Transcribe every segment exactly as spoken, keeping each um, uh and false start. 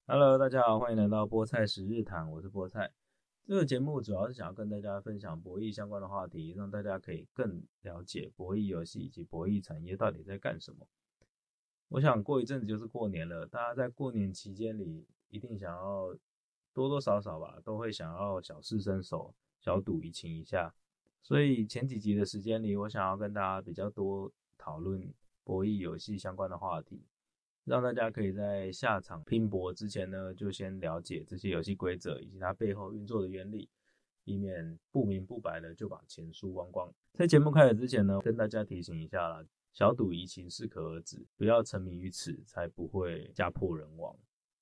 Hello，大家好，欢迎来到菠菜十日谈，我是菠菜。这个节目主要是想要跟大家分享博弈相关的话题，让大家可以更了解博弈游戏以及博弈产业到底在干什么。我想过一阵子就是过年了，大家在过年期间里一定想要多多少少吧，都会想要小试身手，小赌怡情一下。所以前几集的时间里，我想要跟大家比较多讨论博弈游戏相关的话题。让大家可以在下场拼搏之前呢，就先了解这些游戏规则以及它背后运作的原理，以免不明不白的就把钱输光光。在节目开始之前呢，跟大家提醒一下啦，小赌怡情适可而止，不要沉迷于此，才不会家破人亡。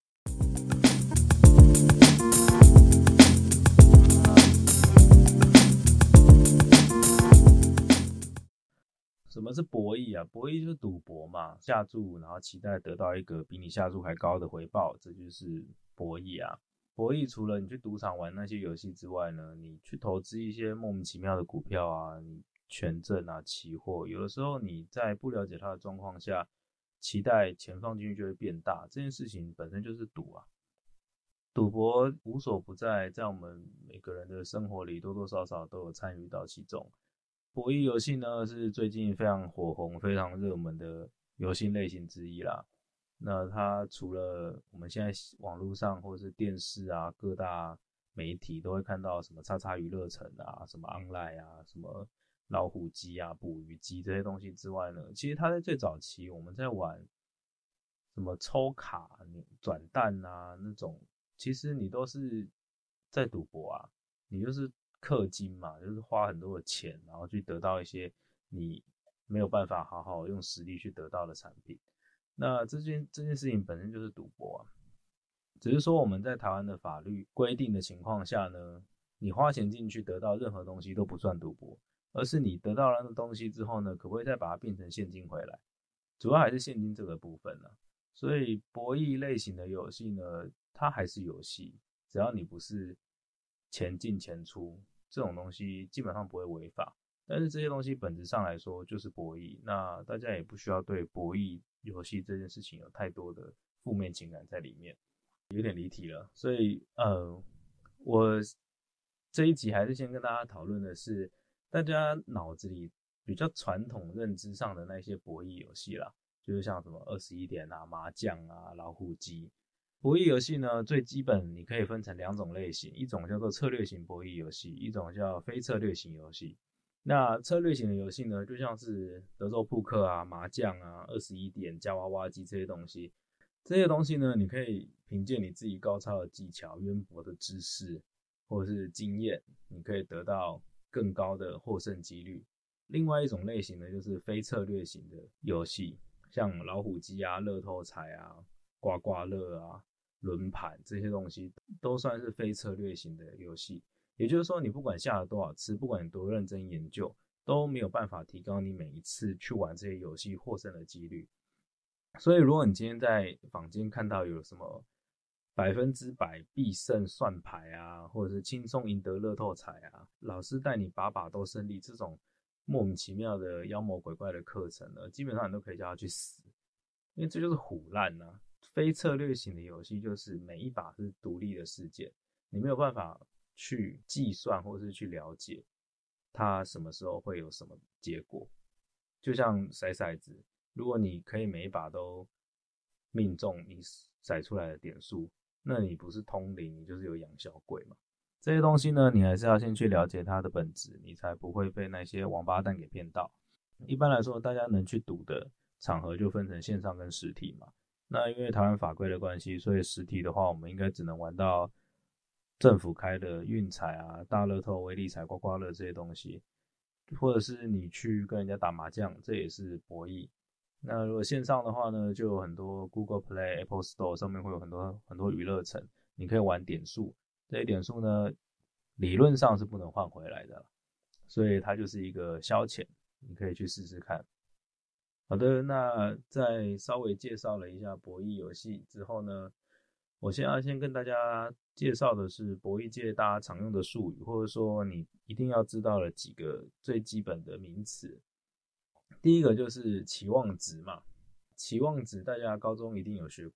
什么是博弈啊？博弈就是赌博嘛，下注然后期待得到一个比你下注还高的回报，这就是博弈啊。博弈除了你去赌场玩那些游戏之外呢，你去投资一些莫名其妙的股票啊，你权证啊、期货，有的时候你在不了解它的状况下，期待钱放进去就会变大，这件事情本身就是赌啊。赌博无所不在，在我们每个人的生活里多多少少都有参与到其中。博弈游戏呢是最近非常火红、非常热门的游戏类型之一啦。那它除了我们现在网络上或是电视啊，各大媒体都会看到什么叉叉娱乐城啊、什么 online 啊、什么老虎机啊、捕鱼机这些东西之外呢，其实它在最早期我们在玩什么抽卡、转蛋啊那种，其实你都是在赌博啊，你就是氪金嘛，就是花很多的钱，然后去得到一些你没有办法好好用实力去得到的产品。那这件这件事情本身就是赌博啊，只是说我们在台湾的法律规定的情况下呢，你花钱进去得到任何东西都不算赌博，而是你得到了那东西之后呢，可不可以再把它变成现金回来？主要还是现金这个部分呢、啊。所以博弈类型的游戏呢，它还是游戏，只要你不是钱进钱出这种东西，基本上不会违法。但是这些东西本质上来说就是博弈，那大家也不需要对博弈游戏这件事情有太多的负面情感在里面。有点离题了，所以呃，我这一集还是先跟大家讨论的是大家脑子里比较传统认知上的那些博弈游戏啦，就是像什么二十一点啊、麻将啊、老虎机。博弈游戏呢，最基本你可以分成两种类型，一种叫做策略型博弈游戏，一种叫非策略型游戏。那策略型的游戏呢，就像是德州扑克啊、麻将啊、二十一点、夹娃娃机这些东西。这些东西呢，你可以凭借你自己高超的技巧、渊博的知识或者是经验，你可以得到更高的获胜几率。另外一种类型呢，就是非策略型的游戏，像老虎机啊、乐透彩啊、刮刮乐啊、轮盘这些东西，都算是非策略型的游戏。也就是说，你不管下了多少次，不管你多认真研究，都没有办法提高你每一次去玩这些游戏获胜的几率。所以，如果你今天在坊间看到有什么百分之百必胜算牌啊，或者是轻松赢得乐透彩啊，老师带你把把都胜利这种莫名其妙的妖魔鬼怪的课程呢，基本上你都可以叫他去死，因为这就是唬烂啊。非策略型的游戏就是每一把是独立的事件，你没有办法去计算或是去了解它什么时候会有什么结果，就像骰骰子。如果你可以每一把都命中你骰出来的点数，那你不是通灵，你就是有养小鬼嘛。这些东西呢，你还是要先去了解它的本质，你才不会被那些王八蛋给骗到。一般来说，大家能去赌的场合就分成线上跟实体嘛。那因为台湾法规的关系，所以实体的话，我们应该只能玩到政府开的运彩啊、大乐透、威力彩、刮刮乐这些东西，或者是你去跟人家打麻将，这也是博弈。那如果线上的话呢，就有很多 Google Play、Apple Store 上面会有很多很多娱乐城，你可以玩点数，这些点数呢，理论上是不能换回来的，所以它就是一个消遣，你可以去试试看。好的，那在稍微介绍了一下博弈游戏之后呢，我现在先跟大家介绍的是博弈界大家常用的术语，或者说你一定要知道的几个最基本的名词。第一个就是期望值嘛，期望值大家高中一定有学过，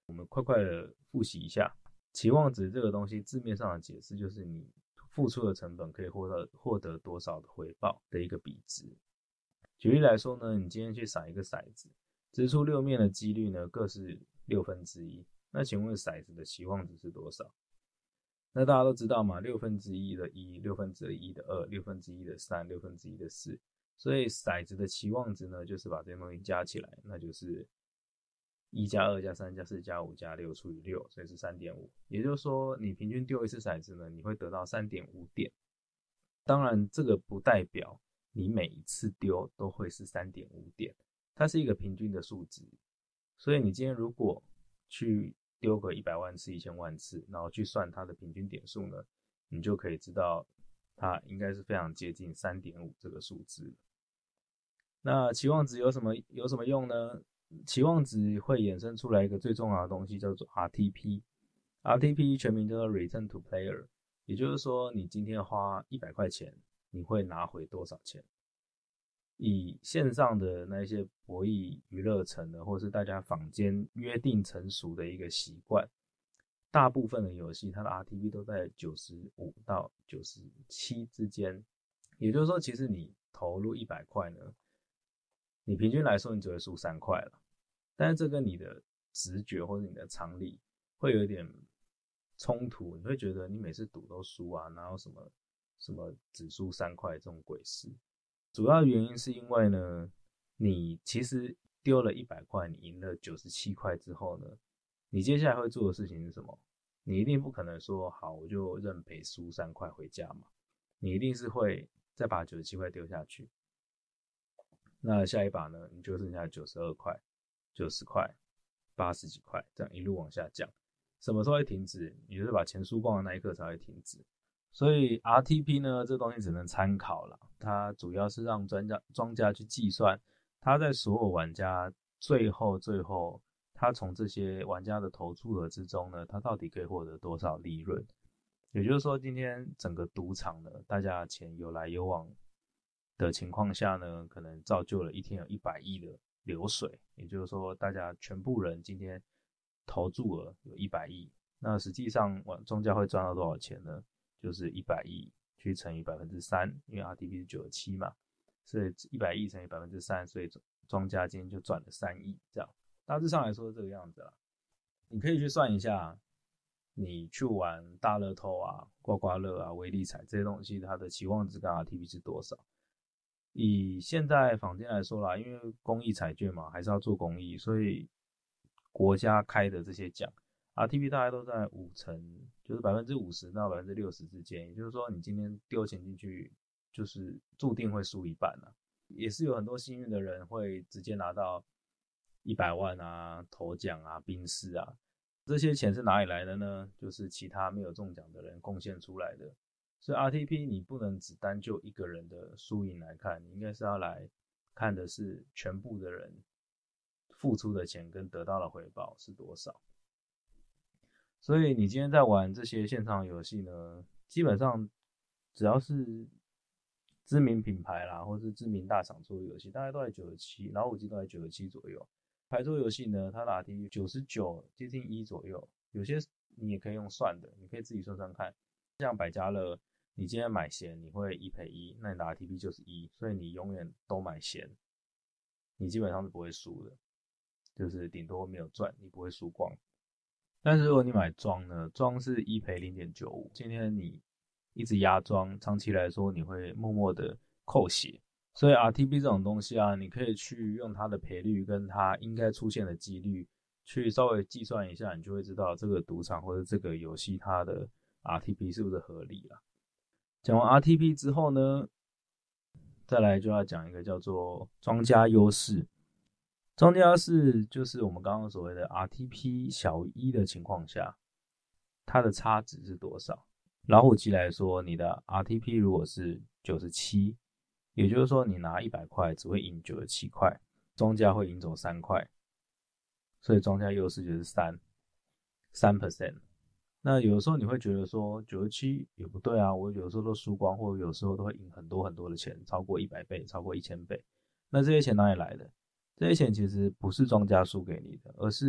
我们快快的复习一下，期望值这个东西字面上的解释就是你付出的成本可以获得获得多少的回报的一个比值。举例来说呢，你今天去撒一个骰子，掷出六面的几率呢各是六分之一，那请问骰子的期望值是多少？那大家都知道嘛，六分之一的一，六分之一的二，六分之一的三，六分之一的四，所以骰子的期望值呢，就是把这些东西加起来，那就是一加二加三加四加五加六除以六，所以是 三点五。也就是说，你平均丢一次骰子呢，你会得到 三点五点。当然，这个不代表你每一次丢都会是 三点五点，它是一个平均的数值。所以你今天如果去丢个一百万次、一千万次，然后去算它的平均点数呢，你就可以知道它应该是非常接近 三点五 这个数字。那期望值有什么有什么用呢？期望值会衍生出来一个最重要的东西，叫做 R T P。R T P 全名叫做 Return to Player， 也就是说，你今天花一百块钱，你会拿回多少钱？以线上的那些博弈娱乐城的，或是大家坊间约定成熟的一个习惯，大部分的游戏它的 R T P 都在九十五到九十七之间。也就是说，其实你投入一百块呢，你平均来说你只会输三块了。但是这跟你的直觉或者你的常理会有一点冲突，你会觉得你每次赌都输啊，哪有什么什么只输三块这种鬼事？主要原因是因为呢，你其实丢了一百块，你赢了九十七块之后呢，你接下来会做的事情是什么？你一定不可能说好我就认赔输三块回家嘛，你一定是会再把九十七块丢下去。那下一把呢，你就剩下九十二块。九十块、八十几块，这样一路往下降。什么时候会停止？你就是把钱输光的那一刻才会停止。所以 R T P 呢，这东西只能参考啦，它主要是让专家庄家去计算，他在所有玩家最后最后，他从这些玩家的投注额之中呢，他到底可以获得多少利润？也就是说，今天整个赌场呢，大家的钱有来有往的情况下呢，可能造就了一天有一百亿的流水，也就是说，大家全部人今天投注额有一百亿，那实际上庄家会赚到多少钱呢？就是一百亿去乘以 百分之三， 因为 R T P 是九十七嘛，所以一百亿乘以 百分之三， 所以庄家今天就赚了三亿，这样大致上来说是这个样子啦。你可以去算一下，你去玩大乐透啊、刮刮乐啊、威力彩这些东西，它的期望值跟 R T P 是多少？以现在坊间来说啦，因为公益彩券嘛，还是要做公益，所以国家开的这些奖 ，R T P 大概都在五成，就是百分之五十到百分之六十之间。也就是说，你今天丢钱进去，就是注定会输一半啊。也是有很多幸运的人会直接拿到一百万啊、头奖啊、宾士啊，这些钱是哪里来的呢？就是其他没有中奖的人贡献出来的。所以 R T P 你不能只单就一个人的输赢来看，你应该是要来看的是全部的人付出的钱跟得到的回报是多少。所以你今天在玩这些线上游戏呢，基本上只要是知名品牌啦，或是知名大厂做的游戏，大概都在九十七，老虎机都在九十七左右。牌桌游戏呢，它的 R T P 九十九，接近一左右。有些你也可以用算的，你可以自己算算看。像百家乐，你今天买闲，你会一赔一，那你的 R T P 就是一，所以你永远都买闲，你基本上是不会输的，就是顶多没有赚，你不会输光。但是如果你买庄呢，庄是一赔 零点九五， 今天你一直压庄，长期来说你会默默的扣血。所以 R T P 这种东西啊，你可以去用它的赔率跟它应该出现的几率去稍微计算一下，你就会知道这个赌场或者这个游戏它的 R T P 是不是合理啦。讲完 R T P 之后呢，再来就要讲一个叫做庄家优势。庄家优势就是我们刚刚所谓的 R T P 小一的情况下，它的差值是多少？老虎机来说，你的 R T P 如果是九十七，也就是说你拿一百块只会赢九十七块，庄家会赢走三块，所以庄家优势就是三 百分之三。那有的时候你会觉得说九十七也不对啊，我有时候都输光，或者有时候都会赢很多很多的钱，超过一百倍，超过一千倍。那这些钱哪里来的？这些钱其实不是庄家输给你的，而是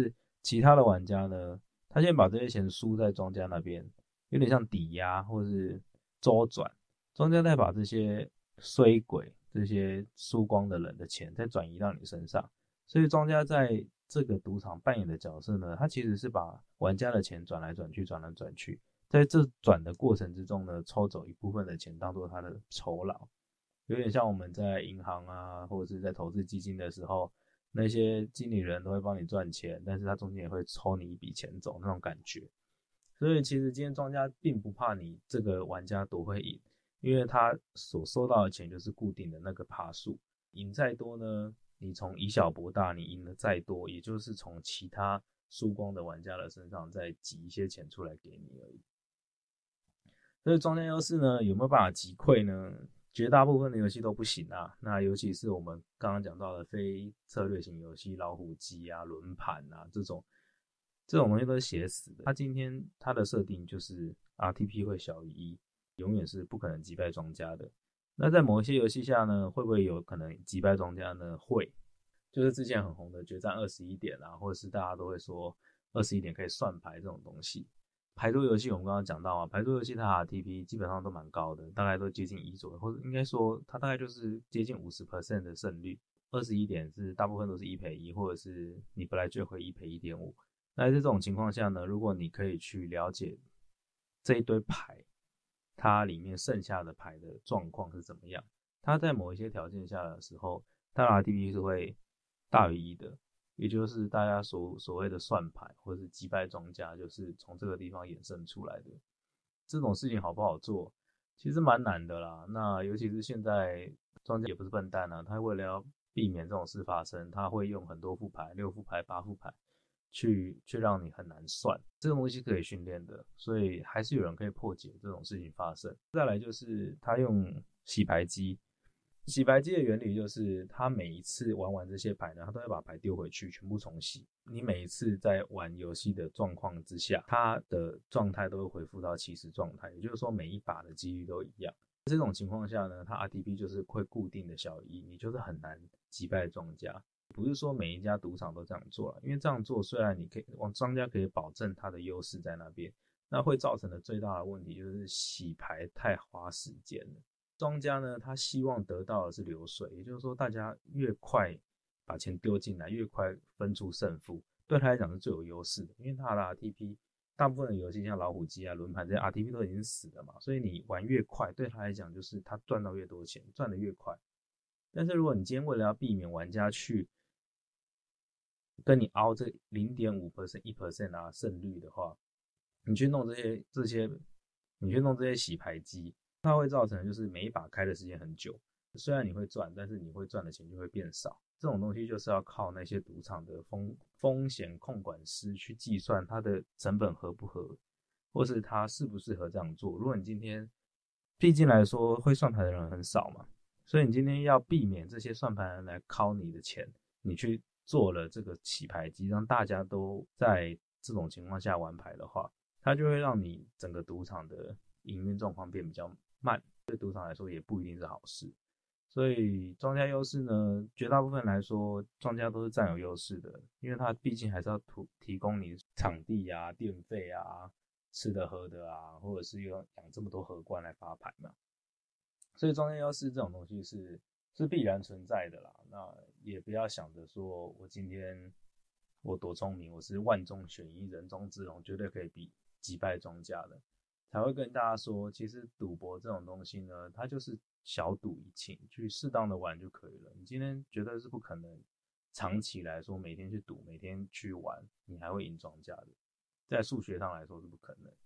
其他的玩家呢，他先把这些钱输在庄家那边，有点像抵押或是周转，庄家再把这些衰鬼、这些输光的人的钱再转移到你身上，所以庄家在这个赌场扮演的角色呢，他其实是把玩家的钱转来转去，转来转去，在这转的过程之中呢，抽走一部分的钱当做他的酬劳，有点像我们在银行啊，或者是在投资基金的时候，那些经理人都会帮你赚钱，但是他中间也会抽你一笔钱走那种感觉。所以其实今天庄家并不怕你这个玩家多会赢，因为他所收到的钱就是固定的那个趴数，赢再多呢，你从以小博大，你赢的再多，也就是从其他输光的玩家的身上再挤一些钱出来给你而已。所以庄家优势呢，有没有办法击溃呢？绝大部分的游戏都不行啊。那尤其是我们刚刚讲到的非策略型游戏，老虎机啊、轮盘啊这种，这种东西都是写死的。它今天它的设定就是 R T P 会小于一，永远是不可能击败庄家的。那在某一些游戏下呢，会不会有可能击败庄家呢？会，就是之前很红的决战二十一点啊，或者是大家都会说二十一点可以算牌这种东西。牌桌游戏我们刚刚讲到啊，牌桌游戏它 R T P 基本上都蛮高的，大概都接近一左右，或者应该说它大概就是接近 百分之五十 的胜率。二十一点是大部分都是一赔一，或者是你本来就会一赔 一点五。那在这种情况下呢，如果你可以去了解这一堆牌它里面剩下的牌的状况是怎么样，它在某一些条件下的时候，它的 R T P 是会大于一的。也就是大家所所谓的算牌或者是击败庄家，就是从这个地方衍生出来的。这种事情好不好做，其实蛮难的啦。那尤其是现在庄家也不是笨蛋啊，他为了要避免这种事发生，他会用很多副牌，六副牌、八副牌，去去让你很难算。这种东西可以训练的，所以还是有人可以破解这种事情发生。再来就是他用洗牌机。洗牌机的原理就是，他每一次玩完这些牌呢，他都会把牌丢回去，全部重洗。你每一次在玩游戏的状况之下，它的状态都会恢复到起始状态，也就是说每一把的几率都一样。这种情况下呢，它 R T P 就是会固定的小一，你就是很难击败庄家。不是说每一家赌场都这样做了，因为这样做虽然你可以往庄家可以保证它的优势在那边，那会造成的最大的问题就是洗牌太花时间了。庄家呢，他希望得到的是流水，也就是说，大家越快把钱丢进来，越快分出胜负，对他来讲是最有优势的。因为他的 R T P， 大部分的游戏像老虎机啊、轮盘这些 R T P 都已经死了嘛，所以你玩越快，对他来讲就是他赚到越多钱，赚得越快。但是如果你今天为了要避免玩家去跟你凹这 百分之零点五、百分之一 啊胜率的话，你去弄这些这些，你去弄这些洗牌机。它会造成就是每一把开的时间很久，虽然你会赚，但是你会赚的钱就会变少。这种东西就是要靠那些赌场的风风险控管师去计算它的成本合不合，或是它适不适合这样做。如果你今天，毕竟来说会算牌的人很少嘛，所以你今天要避免这些算牌人来敲你的钱，你去做了这个洗牌机，让大家都在这种情况下玩牌的话，它就会让你整个赌场的营运状况变比较慢，对赌场来说也不一定是好事。所以庄家优势呢，绝大部分来说，庄家都是占有优势的，因为它毕竟还是要提供你场地啊、电费啊、吃的喝的啊，或者是用养这么多荷官来发牌嘛。所以庄家优势这种东西是是必然存在的啦。那也不要想着说我今天我多聪明，我是万中选一、人中之龙，绝对可以比击败庄家的。才会跟大家说，其实赌博这种东西呢，它就是小赌怡情，去适当的玩就可以了。你今天绝对是不可能长期来说每天去赌，每天去玩，你还会赢庄家的，在数学上来说是不可能。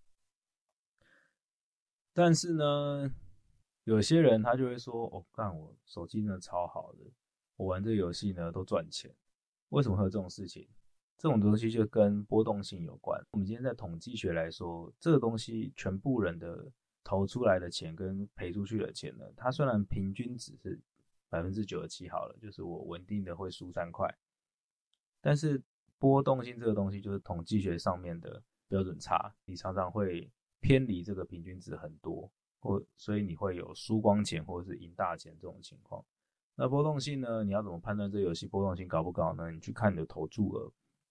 但是呢，有些人他就会说，哦，干我手机真的超好的，我玩这个游戏呢都赚钱。为什么会有这种事情？这种东西就跟波动性有关。我们今天在统计学来说，这个东西全部人的投出来的钱跟赔出去的钱呢，它虽然平均值是 百分之九十七 好了，就是我稳定的会输三块，但是波动性这个东西就是统计学上面的标准差，你常常会偏离这个平均值很多，或所以你会有输光钱或者是赢大钱这种情况。那波动性呢，你要怎么判断这个游戏波动性高不高呢？你去看你的投注额。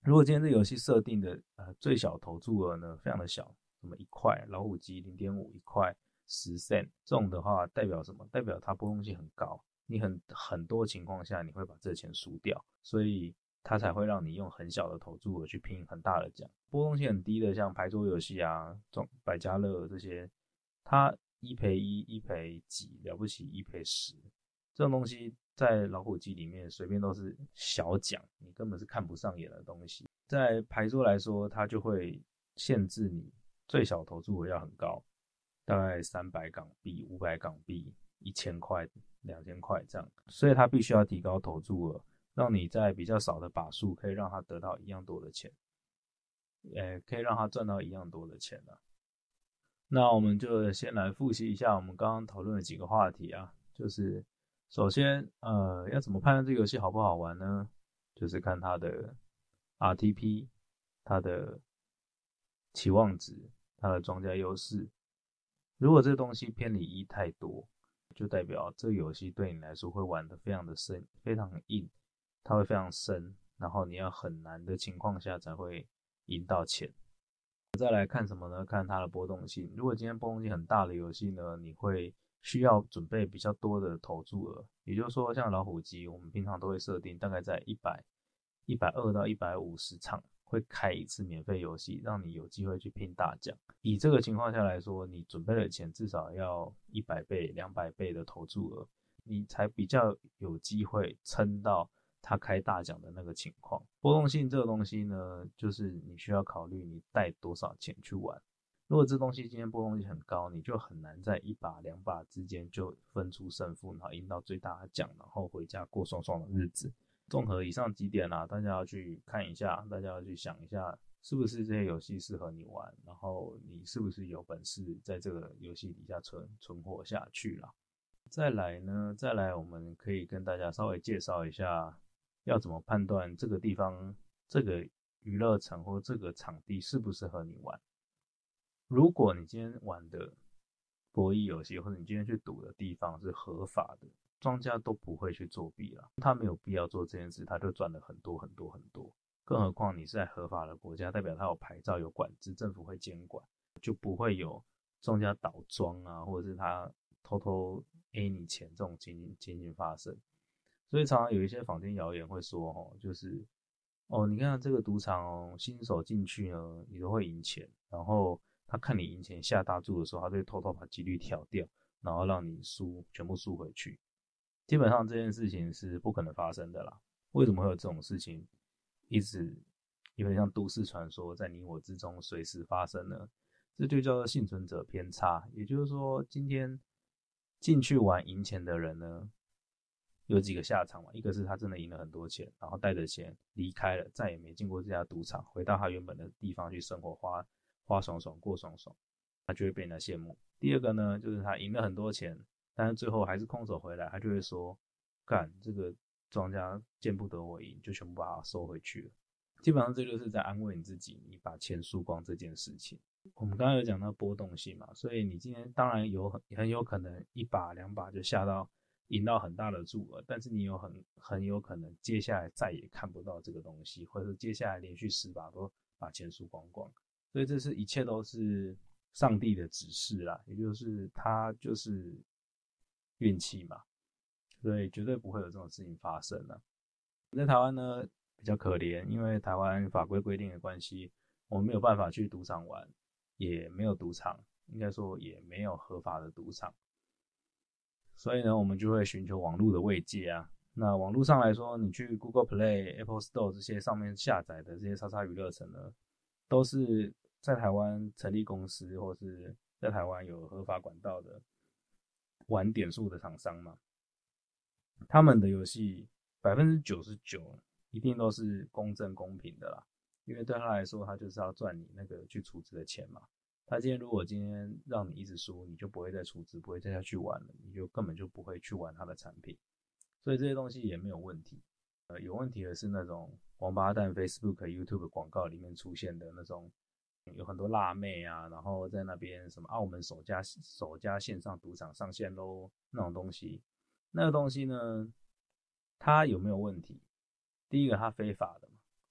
如果今天这游戏设定的呃最小投注额呢非常的小，什么一块老虎机 零点五 一块十 cent 这种的话，代表什么？代表它波动性很高，你很很多情况下你会把这钱输掉，所以它才会让你用很小的投注额去拼很大的奖。波动性很低的像牌桌游戏啊、百家乐这些，它一赔一、一赔几，了不起一赔十，这种东西在老虎机里面随便都是小奖，你根本是看不上眼的东西。在牌桌来说，它就会限制你最小投注额要很高，大概三百港币、五百港币、一千块、两千块这样，所以它必须要提高投注额，让你在比较少的把数可以让它得到一样多的钱，呃，可以让它赚到一样多的钱啊。那我们就先来复习一下我们刚刚讨论的几个话题啊，就是首先，呃，要怎么判断这个游戏好不好玩呢？就是看它的 R T P、它的期望值、它的庄家优势。如果这个东西偏离一太多，就代表这个游戏对你来说会玩得非常的深、非常硬，它会非常深，然后你要很难的情况下才会赢到钱。再来看什么呢？看它的波动性。如果今天波动性很大的游戏呢，你会需要准备比较多的投注额，也就是说，像老虎机，我们平常都会设定大概在一百、一百二到一百五十场会开一次免费游戏，让你有机会去拼大奖。以这个情况下来说，你准备的钱至少要一百倍、两百倍的投注额，你才比较有机会撑到他开大奖的那个情况。波动性这个东西呢，就是你需要考虑你带多少钱去玩。如果这东西今天波动性很高，你就很难在一把两把之间就分出胜负，然后赢到最大的奖，然后回家过爽爽的日子。综合以上几点啊，大家要去看一下，大家要去想一下，是不是这些游戏适合你玩，然后你是不是有本事在这个游戏底下存存活下去啦。再来呢，再来我们可以跟大家稍微介绍一下，要怎么判断这个地方、这个娱乐城或这个场地适不适合你玩。如果你今天玩的博弈游戏，或者你今天去赌的地方是合法的，庄家都不会去作弊啦，他没有必要做这件事，他就赚了很多很多很多。更何况你是在合法的国家，代表他有牌照、有管制，政府会监管，就不会有庄家倒庄啊，或者是他偷偷 A 你钱这种情形情形发生。所以常常有一些坊间谣言会说，哦，就是哦，你看这个赌场哦，新手进去呢，你都会赢钱，然后他看你赢钱下大注的时候，他就会偷偷把几率调掉，然后让你输，全部输回去。基本上这件事情是不可能发生的啦。为什么会有这种事情一直有点像都市传说在你我之中随时发生呢？这就叫做幸存者偏差。也就是说，今天进去玩赢钱的人呢，有几个下场嘛？一个是他真的赢了很多钱，然后带着钱离开了，再也没进过这家赌场，回到他原本的地方去生活，花花爽爽过爽爽，他就会被人家羡慕。第二个呢，就是他赢了很多钱，但是最后还是空手回来，他就会说，干，这个庄家见不得我赢，就全部把它收回去了。基本上这就是在安慰你自己，你把钱输光这件事情。我们刚刚有讲到波动性嘛，所以你今天当然有很很有可能一把两把就下到赢到很大的注额，但是你有很很有可能接下来再也看不到这个东西，或者是接下来连续十把都把钱输光光。所以这是一切都是上帝的指示啦，也就是他就是运气嘛，所以绝对不会有这种事情发生啦。在台湾呢比较可怜，因为台湾法规规定的关系，我们没有办法去赌场玩，也没有赌场，应该说也没有合法的赌场，所以呢，我们就会寻求网络的慰藉啊。那网络上来说，你去 Google Play、Apple Store 这些上面下载的这些叉叉娱乐城呢，都是在台湾成立公司，或是在台湾有合法管道的玩点数的厂商嘛。他们的游戏百分之九十九一定都是公正公平的啦，因为对他来说，他就是要赚你那个去储值的钱嘛。他今天如果今天让你一直输，你就不会再储值，不会再下去玩了，你就根本就不会去玩他的产品，所以这些东西也没有问题。呃，有问题的是那种王八蛋 Facebook、YouTube 广告里面出现的那种，有很多辣妹啊，然后在那边什么澳门首家首家线上赌场上线咯那种东西，那个东西呢，它有没有问题？第一个，它非法的嘛，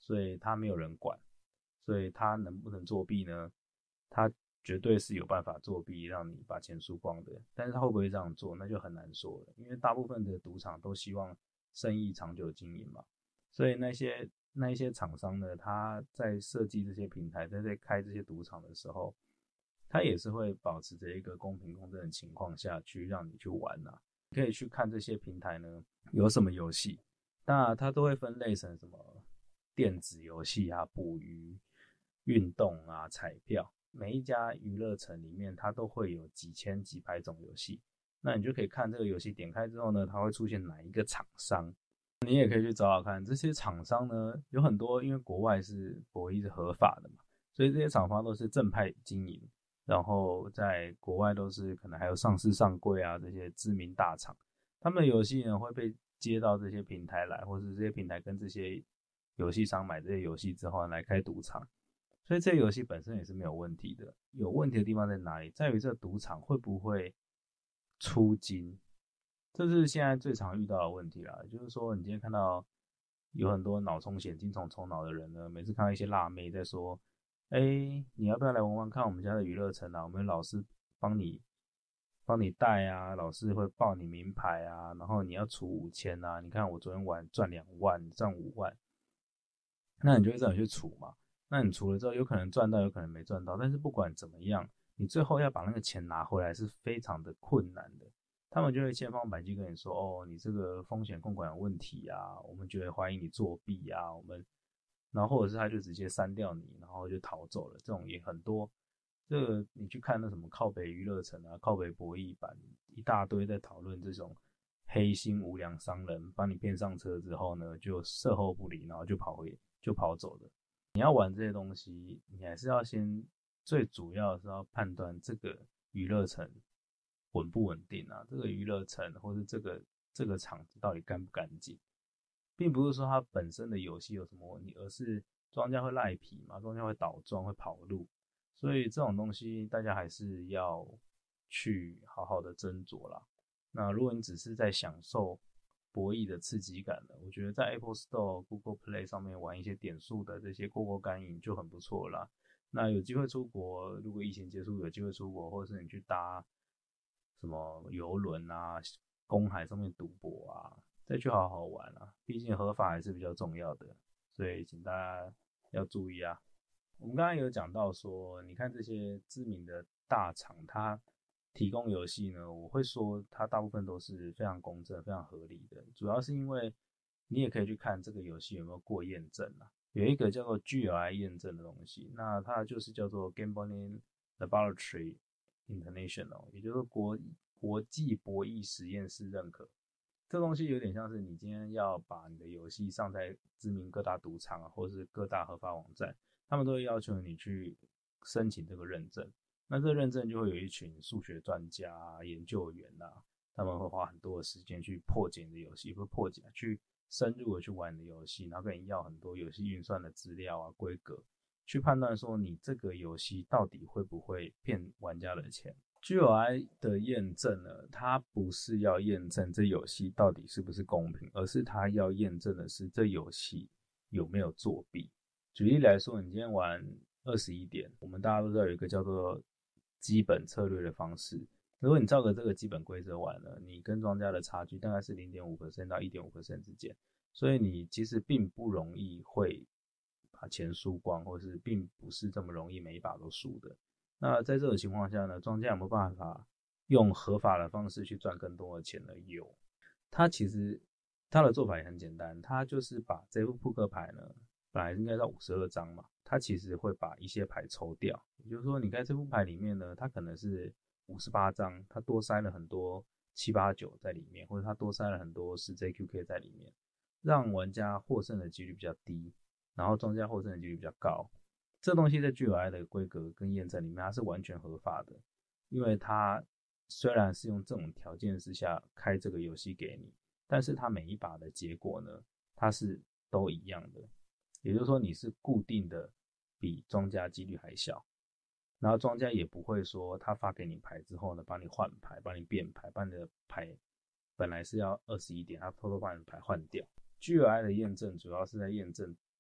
所以他没有人管，所以他能不能作弊呢？他绝对是有办法作弊让你把钱输光的，但是他会不会这样做那就很难说了，因为大部分的赌场都希望生意长久经营嘛，所以那些那一些厂商呢，他在设计这些平台，在在开这些赌场的时候，他也是会保持着一个公平公正的情况下去让你去玩啊。你可以去看这些平台呢有什么游戏，那它都会分类成什么电子游戏啊、捕鱼、运动啊、彩票。每一家娱乐城里面，它都会有几千几百种游戏，那你就可以看这个游戏点开之后呢，它会出现哪一个厂商，你也可以去找找看。这些厂商呢，有很多，因为国外是博弈是合法的嘛，所以这些厂商都是正派经营，然后在国外都是可能还有上市上柜啊这些知名大厂，他们的游戏呢会被接到这些平台来，或是这些平台跟这些游戏商买这些游戏之后来开赌场。所以这个游戏本身也是没有问题的，有问题的地方在哪里？在于这个赌场会不会出金，这是现在最常遇到的问题啦。就是说，你今天看到有很多脑充血、精虫充脑的人呢，每次看到一些辣妹在说：“哎、欸，你要不要来玩玩看我们家的娱乐城啊？我们老师帮你帮你带啊，老师会报你名牌啊，然后你要出五千啊。你看我昨天玩赚两万，赚五万，那你就会这样去出嘛。”那你除了之后，有可能赚到，有可能没赚到，但是不管怎么样，你最后要把那个钱拿回来是非常的困难的。他们就会千方百计跟你说：“哦，你这个风险控管有问题啊，我们觉得怀疑你作弊啊，我们……”然后或者是他就直接删掉你，然后就逃走了。这种也很多。这个你去看那什么靠北娱乐城啊、靠北博弈版，一大堆在讨论这种黑心无良商人把你骗上车之后呢，就售后不理，然后就跑回就跑走了。你要玩这些东西，你还是要先最主要是要判断这个娱乐城稳不稳定啊，这个娱乐城或是这个这个场子到底干不干净，并不是说它本身的游戏有什么问题，而是庄家会赖皮嘛，庄家会倒庄会跑路，所以这种东西大家还是要去好好的斟酌啦。那如果你只是在享受博弈的刺激感的，我觉得在 Apple Store、Google Play 上面玩一些点数的这些过过干瘾就很不错啦。那有机会出国，如果疫情结束有机会出国，或者是你去搭什么游轮啊、公海上面赌博啊，再去好好玩啊。毕竟合法还是比较重要的，所以请大家要注意啊。我们刚刚有讲到说，你看这些知名的大厂，它提供游戏呢，我会说它大部分都是非常公正、非常合理的。主要是因为你也可以去看这个游戏有没有过验证啊，有一个叫做 G L I 验证的东西，那它就是叫做 Gambling Laboratory International， 也就是说国国际博弈实验室认可。这东西有点像是你今天要把你的游戏上在知名各大赌场啊，或是各大合法网站，他们都会要求你去申请这个认证。那这个认证就会有一群数学专家啊、研究员啊，他们会花很多的时间去破解你的游戏，不是破解，去深入的去玩你的游戏，然后跟你要很多游戏运算的资料啊、规格，去判断说你这个游戏到底会不会骗玩家的钱。G L I 的验证呢，它不是要验证这游戏到底是不是公平，而是它要验证的是这游戏有没有作弊。举例来说，你今天玩二十一点，我们大家都知道有一个叫做基本策略的方式。如果你照着这个基本规则玩了，你跟庄家的差距大概是 百分之零点五 到 一点五 之间，所以你其实并不容易会把钱输光，或是并不是这么容易每一把都输的。那在这种情况下呢，庄家有没有办法用合法的方式去赚更多的钱呢？有，他其实他的做法也很简单，他就是把这副扑克牌呢，本来应该到五十二张嘛，他其实会把一些牌抽掉，也就是说，你在这副牌里面呢，它可能是五十八张，它多塞了很多七八九在里面，或者它多塞了很多十 J Q K 在里面，让玩家获胜的几率比较低，然后庄家获胜的几率比较高。这东西在 G L I 的规格跟验证里面，它是完全合法的，因为它虽然是用这种条件之下开这个游戏给你，但是它每一把的结果呢，它是都一样的，也就是说你是固定的，比庄家几率还小，然后庄家也不会说他发给你牌之后呢，帮你换牌，帮你变牌，把你的牌本来是要二十一点，他偷偷把你的牌换掉。G L I 的验证主要是在验证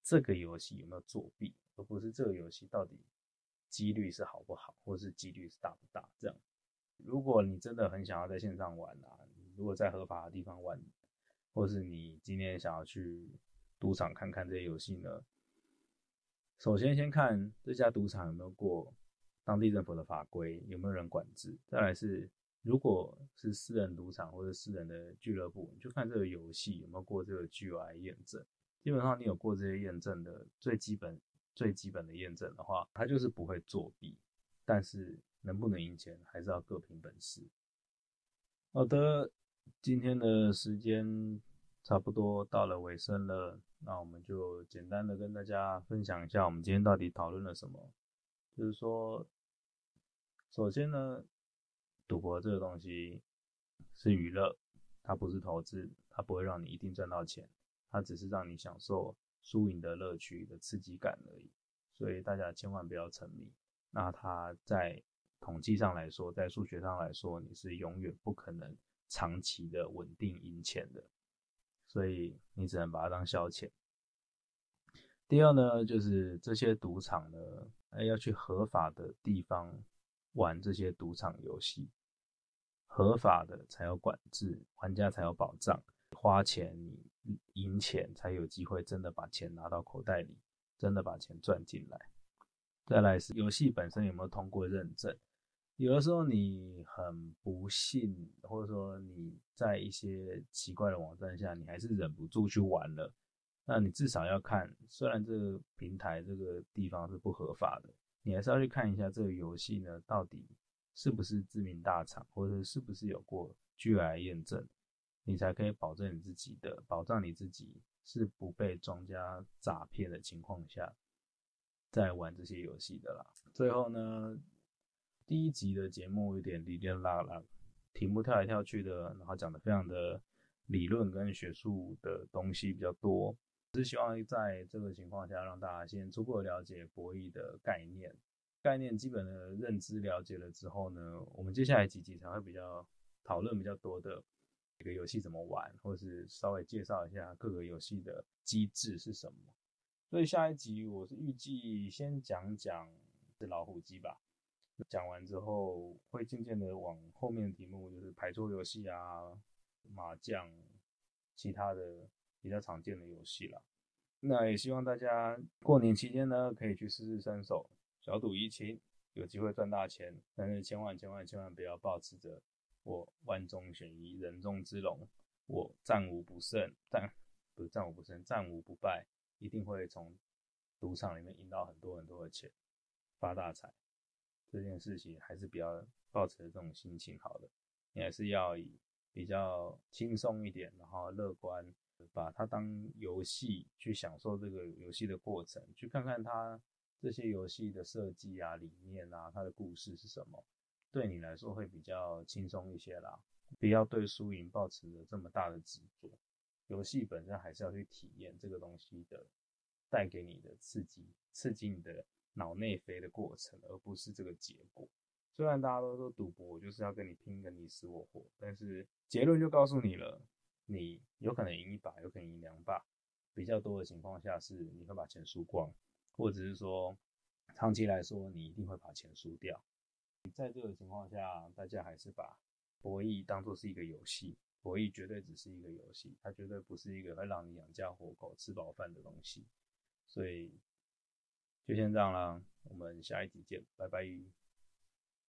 这个游戏有没有作弊，而不是这个游戏到底几率是好不好，或是几率是大不大这样。如果你真的很想要在线上玩啊，如果在合法的地方玩，或是你今天想要去赌场看看这些游戏呢，首先先看这家赌场有没有过当地政府的法规，有没有人管制。再来是，如果是私人赌场或者私人的俱乐部，你就看这个游戏有没有过这个 G O I 验证。基本上你有过这些验证的最基本最基本的验证的话，它就是不会作弊。但是能不能赢钱，还是要各凭本事。好的，今天的时间差不多到了尾声了，那我们就简单的跟大家分享一下我们今天到底讨论了什么。就是说，首先呢，赌博这个东西是娱乐，它不是投资，它不会让你一定赚到钱，它只是让你享受输赢的乐趣的刺激感而已。所以大家千万不要沉迷。那它在统计上来说，在数学上来说，你是永远不可能长期的稳定赢钱的，所以你只能把它当消遣。第二呢，就是这些赌场呢，要去合法的地方玩这些赌场游戏，合法的才有管制，玩家才有保障，花钱你赢钱才有机会真的把钱拿到口袋里，真的把钱赚进来。再来是游戏本身有没有通过认证，有的时候你很不幸，或者说你在一些奇怪的网站下，你还是忍不住去玩了，那你至少要看，虽然这个平台这个地方是不合法的，你还是要去看一下这个游戏呢，到底是不是知名大厂，或者是不是有过 G O I 验证，你才可以保证你自己的，保障你自己是不被庄家诈骗的情况下在玩这些游戏的啦。最后呢，第一集的节目有点哩哩啦啦，题目跳来跳去的，然后讲的非常的理论跟学术的东西比较多，只是希望在这个情况下让大家先初步了解博弈的概念，概念基本的认知了解了之后呢，我们接下来几集才会比较讨论比较多的一个游戏怎么玩，或是稍微介绍一下各个游戏的机制是什么。所以下一集我是预计先讲讲是老虎机吧，讲完之后会渐渐的往后面的题目，就是牌桌游戏啊、麻将、其他的比较常见的游戏啦。那也希望大家过年期间呢，可以去试试身手，小赌怡情，有机会赚大钱。但是千万千万千万不要抱持着我万中选一、人中之龙，我战无不胜，战不是战无不胜，战无不败。一定会从赌场里面赢到很多很多的钱，发大财。这件事情还是比较抱持这种心情好的，你还是要以比较轻松一点，然后乐观，把它当游戏去享受这个游戏的过程，去看看它这些游戏的设计啊、理念啊、它的故事是什么，对你来说会比较轻松一些啦。不要对输赢抱持着这么大的执着。游戏本身还是要去体验这个东西的带给你的刺激，刺激你的脑内啡的过程，而不是这个结果。虽然大家都说赌博就是要跟你拼个你死我活，但是结论就告诉你了，你有可能赢一把，有可能赢两把，比较多的情况下是你会把钱输光，或者是说长期来说你一定会把钱输掉。在这个情况下，大家还是把博弈当作是一个游戏，博弈绝对只是一个游戏，它绝对不是一个会让你养家活口、吃饱饭的东西。所以就先这样啦，我们下一集见，拜拜。